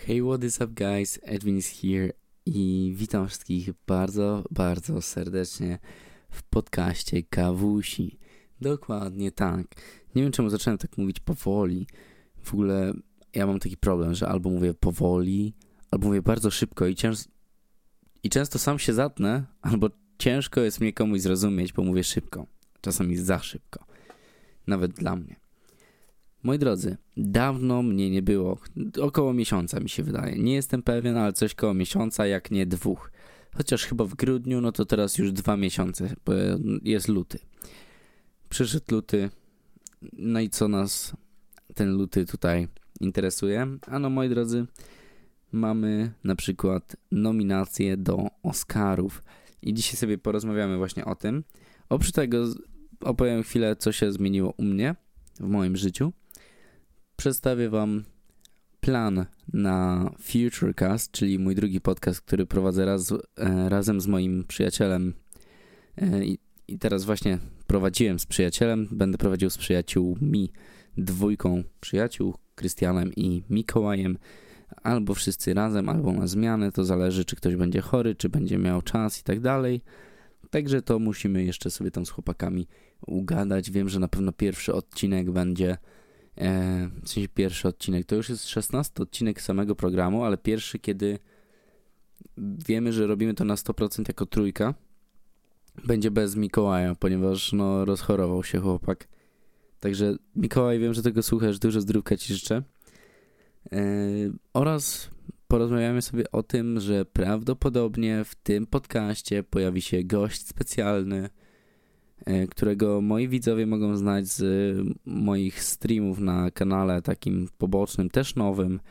Hey, what is up guys? Edwin is here i witam wszystkich bardzo, bardzo serdecznie w podcaście Kawusi. Dokładnie tak. Nie wiem czemu zacząłem tak mówić powoli. W ogóle ja mam taki problem, że albo mówię powoli, albo mówię bardzo szybko i często sam się zatnę, albo ciężko jest mnie komuś zrozumieć, bo mówię szybko. Czasami za szybko. Nawet dla mnie. Moi drodzy, dawno mnie nie było. Około miesiąca mi się wydaje. Nie jestem pewien, ale coś koło miesiąca, jak nie 2. Chociaż chyba w grudniu, no to teraz już 2 miesiące, bo jest luty. Przyszedł luty. No i co nas ten luty tutaj interesuje? Ano, moi drodzy, mamy na przykład nominacje do Oscarów. I dzisiaj sobie porozmawiamy właśnie o tym. Oprócz tego opowiem chwilę, co się zmieniło u mnie w moim życiu. Przedstawię wam plan na Futurecast, czyli mój drugi podcast, który prowadzę razem z moim przyjacielem. I teraz właśnie prowadziłem z przyjacielem, będę prowadził z przyjaciółmi, 2 przyjaciół, Krystianem i Mikołajem, albo wszyscy razem, albo na zmianę, to zależy, czy ktoś będzie chory, czy będzie miał czas i tak dalej. Także to musimy jeszcze sobie tam z chłopakami ugadać. Wiem, że na pewno pierwszy odcinek będzie, w sensie pierwszy odcinek, to już jest 16 odcinek samego programu, ale pierwszy, kiedy wiemy, że robimy to na 100% jako trójka, będzie bez Mikołaja, ponieważ no rozchorował się chłopak. Także Mikołaj, wiem, że tego słuchasz, dużo zdrówka ci życzę. Oraz porozmawiamy sobie o tym, że prawdopodobnie w tym podcaście pojawi się gość specjalny, którego moi widzowie mogą znać z moich streamów na kanale takim pobocznym, też nowym,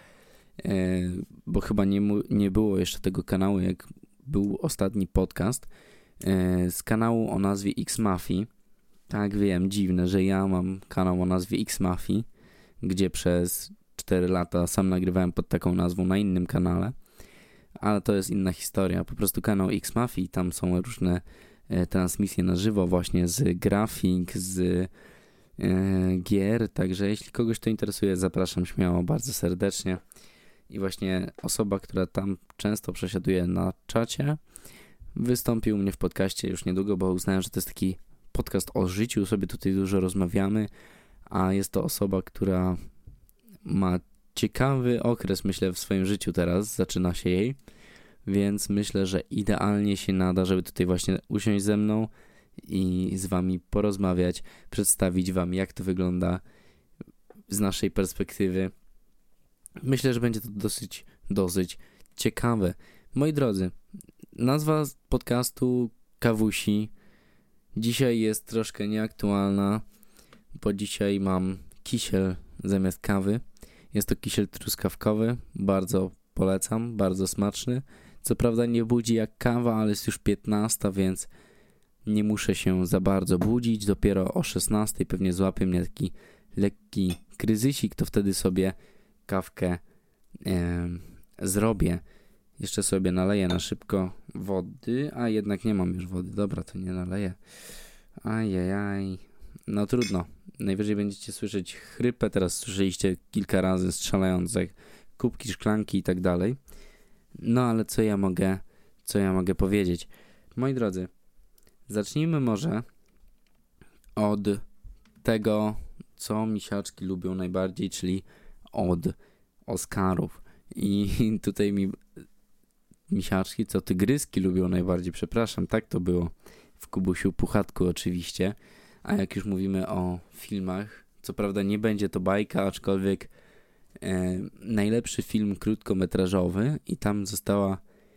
bo chyba nie było jeszcze tego kanału, jak był ostatni podcast, z kanału o nazwie X-Mafii. Tak, wiem, dziwne, że ja mam kanał o nazwie X-Mafii, gdzie przez 4 lata sam nagrywałem pod taką nazwą na innym kanale, ale to jest inna historia. Po prostu kanał X-Mafii, tam są różne transmisje na żywo właśnie z grafik, z gier, także jeśli kogoś to interesuje, zapraszam śmiało bardzo serdecznie. I właśnie osoba, która tam często przesiaduje na czacie, wystąpi u mnie w podcaście już niedługo, bo uznałem, że to jest taki podcast o życiu, sobie tutaj dużo rozmawiamy, a jest to osoba, która ma ciekawy okres, myślę, w swoim życiu teraz, zaczyna się jej, więc myślę, że idealnie się nada, żeby tutaj właśnie usiąść ze mną i z wami porozmawiać, przedstawić wam, jak to wygląda z naszej perspektywy. Myślę, że będzie to dosyć ciekawe. Moi drodzy, nazwa podcastu Kawusi dzisiaj jest troszkę nieaktualna, bo dzisiaj mam kisiel zamiast kawy. Jest to kisiel truskawkowy, bardzo polecam, bardzo smaczny. Co prawda nie budzi jak kawa, ale jest już 15, więc nie muszę się za bardzo budzić. Dopiero o 16 pewnie złapie mnie taki lekki kryzysik, to wtedy sobie kawkę zrobię. Jeszcze sobie naleję na szybko wody, a jednak nie mam już wody. Dobra, to nie naleję. Ajajaj. No trudno. Najwyżej będziecie słyszeć chrypę. Teraz słyszeliście kilka razy strzelające kubki, szklanki i tak dalej. No ale co ja mogę powiedzieć? Moi drodzy, zacznijmy może od tego, co misiaczki lubią najbardziej, czyli od Oscarów. I tutaj misiaczki, co tygryski lubią najbardziej, przepraszam, tak to było w Kubusiu Puchatku oczywiście. A jak już mówimy o filmach, co prawda nie będzie to bajka, aczkolwiek najlepszy film krótkometrażowy i tam została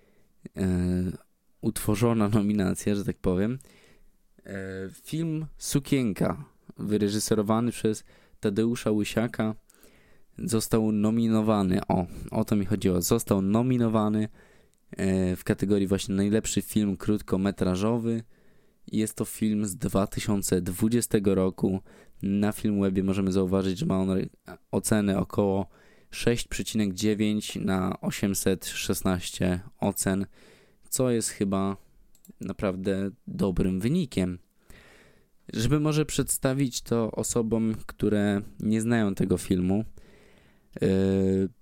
utworzona nominacja, że tak powiem. Film Sukienka, wyreżyserowany przez Tadeusza Łysiaka, został nominowany, o to mi chodziło, został nominowany w kategorii właśnie najlepszy film krótkometrażowy. Jest to film z 2020 roku. Na Filmwebie możemy zauważyć, że ma on ocenę około 6,9 na 816 ocen, co jest chyba naprawdę dobrym wynikiem. Żeby może przedstawić to osobom, które nie znają tego filmu,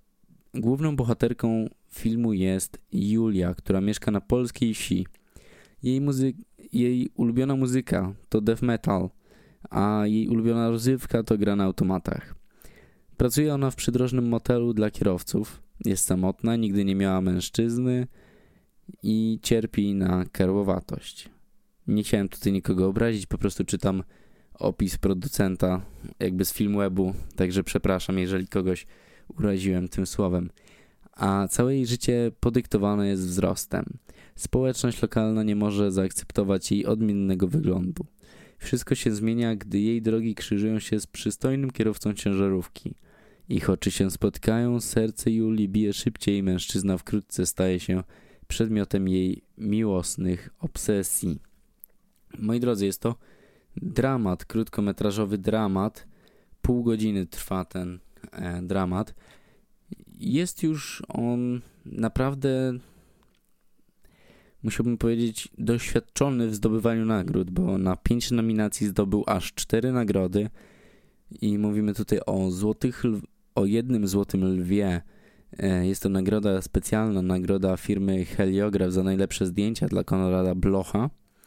Główną bohaterką filmu jest Julia, która mieszka na polskiej wsi. Jej ulubiona muzyka to death metal, a jej ulubiona rozrywka to gra na automatach. Pracuje ona w przydrożnym motelu dla kierowców. Jest samotna, nigdy nie miała mężczyzny i cierpi na karłowatość. Nie chciałem tutaj nikogo obrazić, po prostu czytam opis producenta jakby z Filmwebu, także przepraszam, jeżeli kogoś uraziłem tym słowem. A całe jej życie podyktowane jest wzrostem. Społeczność lokalna nie może zaakceptować jej odmiennego wyglądu. Wszystko się zmienia, gdy jej drogi krzyżują się z przystojnym kierowcą ciężarówki. Ich oczy się spotkają, serce Julii bije szybciej i mężczyzna wkrótce staje się przedmiotem jej miłosnych obsesji. Moi drodzy, jest to dramat, krótkometrażowy dramat. Pół godziny trwa ten dramat. Jest już on naprawdę, musiałbym powiedzieć, doświadczony w zdobywaniu nagród, bo na 5 nominacji zdobył aż 4 nagrody i mówimy tutaj o jednym złotym lwie. Jest to nagroda specjalna, nagroda firmy Heliograf za najlepsze zdjęcia dla Konrada Blocha.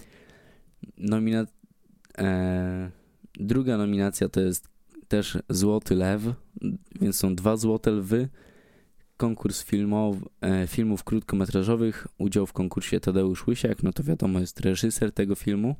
Druga nominacja to jest też Złoty Lew, więc są 2 Złote Lwy. Konkurs filmów krótkometrażowych. Udział w konkursie Tadeusz Łysiak, no to wiadomo, jest reżyser tego filmu.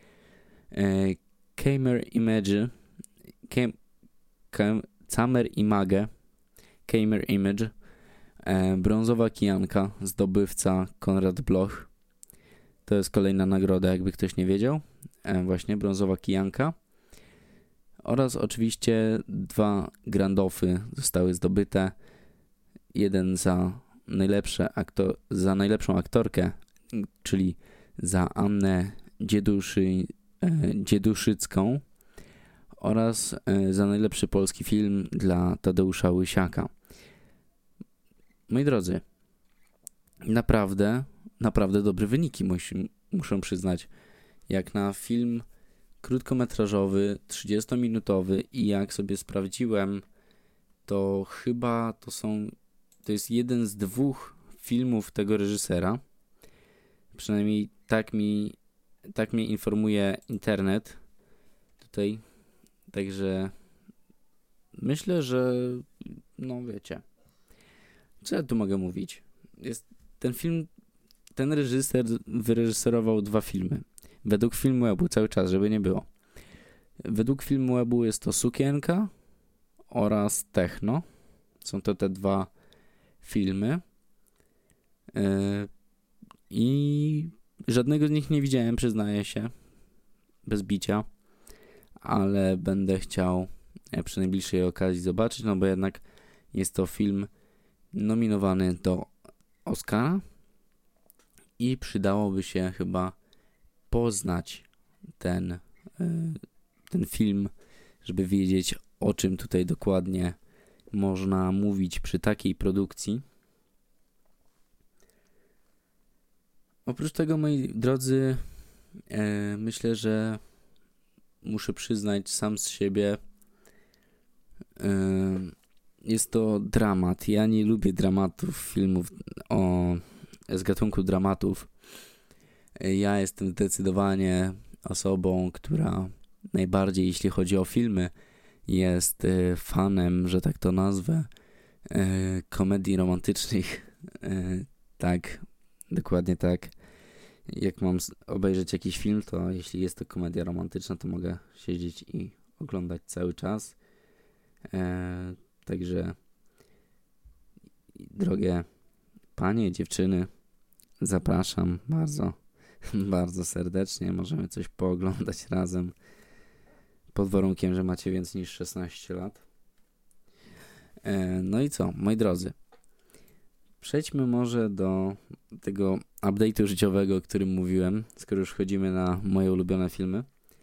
Kamer Image. Brązowa kijanka, zdobywca Konrad Bloch. To jest kolejna nagroda, jakby ktoś nie wiedział. Właśnie Brązowa kijanka. Oraz oczywiście 2 Grandofy zostały zdobyte. Jeden za najlepszą aktorkę, czyli za Annę Dzieduszycką oraz za najlepszy polski film dla Tadeusza Łysiaka. Moi drodzy, naprawdę dobre wyniki muszę przyznać. Jak na film krótkometrażowy, 30-minutowy i jak sobie sprawdziłem, to chyba to jest jeden z 2 filmów tego reżysera. Przynajmniej tak mnie informuje internet tutaj. Także myślę, że no wiecie, co ja tu mogę mówić. Ten reżyser wyreżyserował 2 filmy. Według Filmwebu cały czas, żeby nie było. Według Filmwebu jest to Sukienka oraz Techno. Są to te 2 filmy. I żadnego z nich nie widziałem, przyznaję się. Bez bicia. Ale będę chciał przy najbliższej okazji zobaczyć, no bo jednak jest to film nominowany do Oscara i przydałoby się chyba poznać ten film, żeby wiedzieć, o czym tutaj dokładnie można mówić przy takiej produkcji. Oprócz tego, moi drodzy, myślę, że muszę przyznać sam z siebie, jest to dramat. Ja nie lubię dramatów, filmów z gatunku dramatów. Ja jestem zdecydowanie osobą, która najbardziej, jeśli chodzi o filmy, jest fanem, że tak to nazwę, komedii romantycznych. Tak, dokładnie tak. Jak mam obejrzeć jakiś film, to jeśli jest to komedia romantyczna, to mogę siedzieć i oglądać cały czas. Także drogie panie, dziewczyny, zapraszam bardzo, bardzo serdecznie. Możemy coś pooglądać razem, pod warunkiem, że macie więcej niż 16 lat. No i co, moi drodzy? Przejdźmy może do tego update'u życiowego, o którym mówiłem, skoro już chodzimy na moje ulubione filmy.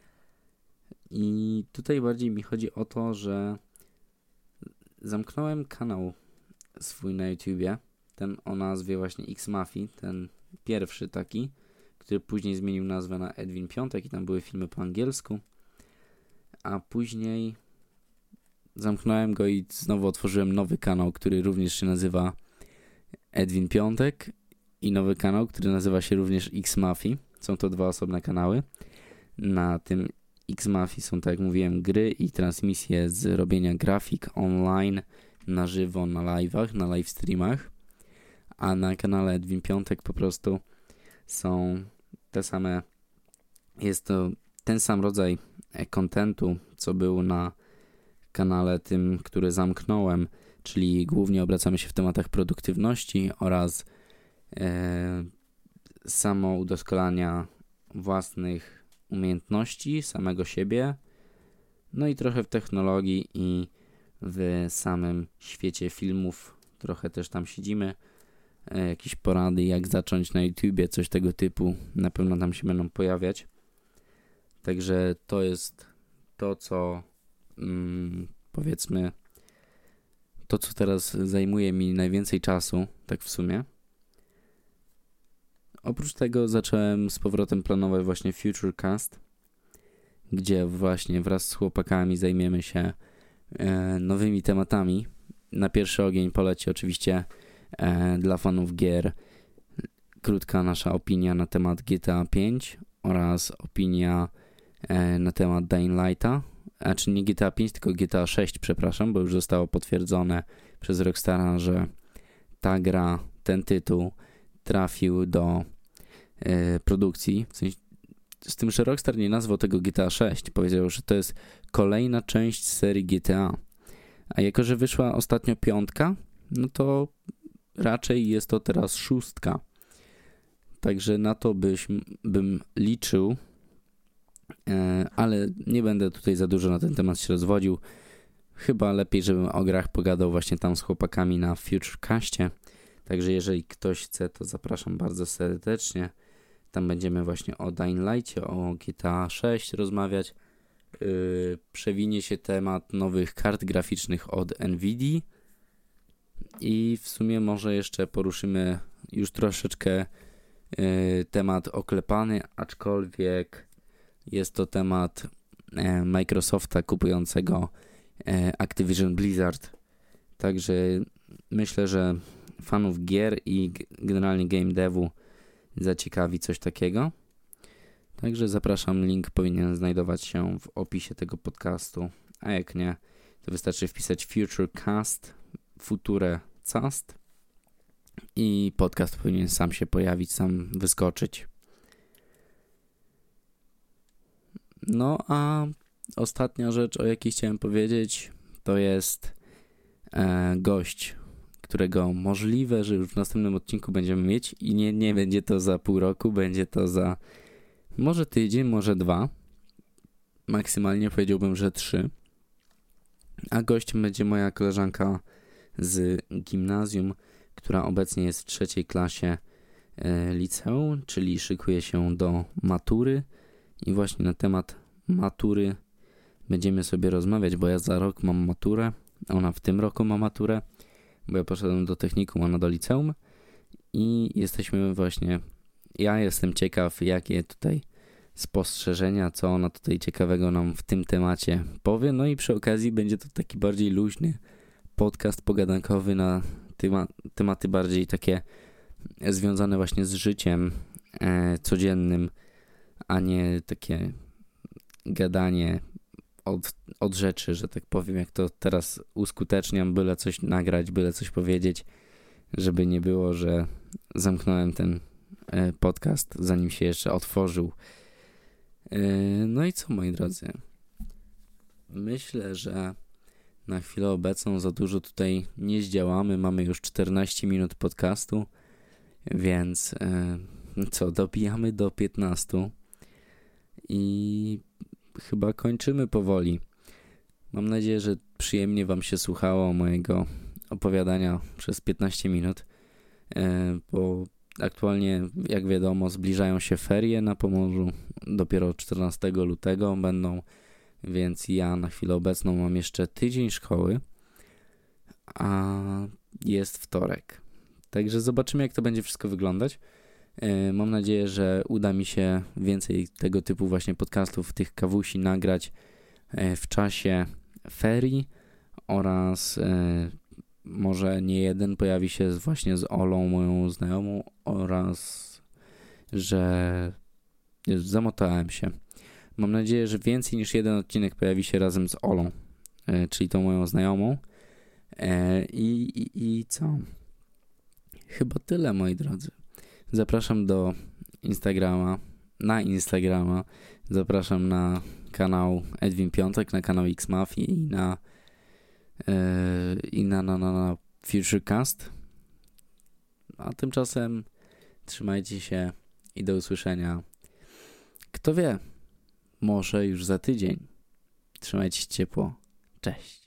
I tutaj bardziej mi chodzi o to, że zamknąłem kanał swój na YouTubie, ten o nazwie właśnie X-Mafii, ten pierwszy taki, który później zmienił nazwę na Edwin Piątek i tam były filmy po angielsku, a później zamknąłem go i znowu otworzyłem nowy kanał, który również się nazywa Edwin Piątek i nowy kanał, który nazywa się również X-Mafii. Są to 2 osobne kanały. Na tym X-Mafii są, tak jak mówiłem, gry i transmisje z robienia grafik online, na żywo, na live'ach, na live streamach. A na kanale Edwin Piątek po prostu są te same, jest to ten sam rodzaj kontentu, co był na kanale tym, który zamknąłem, czyli głównie obracamy się w tematach produktywności oraz samoudoskonalania własnych umiejętności, samego siebie, no i trochę w technologii i w samym świecie filmów, trochę też tam siedzimy, jakieś porady, jak zacząć na YouTubie, coś tego typu, na pewno tam się będą pojawiać. Także to jest to, co powiedzmy, to co teraz zajmuje mi najwięcej czasu, tak w sumie. Oprócz tego zacząłem z powrotem planować właśnie Futurecast, gdzie właśnie wraz z chłopakami zajmiemy się nowymi tematami. Na pierwszy ogień poleci oczywiście dla fanów gier krótka nasza opinia na temat GTA 5 oraz opinia na temat Dying Lighta, a czy nie GTA 5, tylko GTA 6, przepraszam, bo już zostało potwierdzone przez Rockstara, że ta gra, ten tytuł trafił do produkcji, w sensie, z tym, że Rockstar nie nazwał tego GTA 6, powiedział, że to jest kolejna część serii GTA, a jako, że wyszła ostatnio 5, no to raczej jest to teraz 6, także na to bym liczył, ale nie będę tutaj za dużo na ten temat się rozwodził. Chyba lepiej, żebym o grach pogadał właśnie tam z chłopakami na Futurecastie. Także jeżeli ktoś chce, to zapraszam bardzo serdecznie. Tam będziemy właśnie o Dying Light'cie, o GTA 6 rozmawiać. Przewinie się temat nowych kart graficznych od Nvidia. I w sumie może jeszcze poruszymy już troszeczkę temat oklepany, aczkolwiek jest to temat Microsofta kupującego Activision Blizzard. Także myślę, że fanów gier i generalnie game devu zaciekawi coś takiego. Także zapraszam, link powinien znajdować się w opisie tego podcastu, a jak nie, to wystarczy wpisać Futurecast, Futurecast i podcast powinien sam się pojawić, sam wyskoczyć. No a ostatnia rzecz, o jakiej chciałem powiedzieć, to jest gość, którego możliwe, że już w następnym odcinku będziemy mieć i nie będzie to za pół roku, będzie to za może tydzień, może 2, maksymalnie powiedziałbym, że 3, a gościem będzie moja koleżanka z gimnazjum, która obecnie jest w 3. klasie liceum, czyli szykuje się do matury i właśnie na temat matury będziemy sobie rozmawiać, bo ja za rok mam maturę, ona w tym roku ma maturę, bo ja poszedłem do technikum, ona do liceum i jesteśmy właśnie, ja jestem ciekaw, jakie tutaj spostrzeżenia, co ona tutaj ciekawego nam w tym temacie powie, no i przy okazji będzie to taki bardziej luźny podcast pogadankowy na tematy bardziej takie związane właśnie z życiem codziennym, a nie takie gadanie od rzeczy, że tak powiem, jak to teraz uskuteczniam, byle coś nagrać, byle coś powiedzieć, żeby nie było, że zamknąłem ten podcast, zanim się jeszcze otworzył. No i co, moi drodzy? Myślę, że na chwilę obecną za dużo tutaj nie zdziałamy. Mamy już 14 minut podcastu, więc dobijamy do 15 i chyba kończymy powoli. Mam nadzieję, że przyjemnie wam się słuchało mojego opowiadania przez 15 minut, bo aktualnie, jak wiadomo, zbliżają się ferie na Pomorzu. Dopiero 14 lutego będą, więc ja na chwilę obecną mam jeszcze tydzień szkoły, a jest wtorek. Także zobaczymy, jak to będzie wszystko wyglądać. Mam nadzieję, że uda mi się więcej tego typu właśnie podcastów, tych kawusi nagrać w czasie ferii, oraz może nie jeden pojawi się właśnie z Olą, moją znajomą, oraz że zamotałem się. Mam nadzieję, że więcej niż jeden odcinek pojawi się razem z Olą, czyli tą moją znajomą. I co? Chyba tyle, moi drodzy. Zapraszam do na Instagrama. Zapraszam na kanał Edwin Piątek, na kanał X-Mafii i na Futurecast. A tymczasem trzymajcie się i do usłyszenia. Kto wie, może już za tydzień. Trzymajcie się ciepło. Cześć.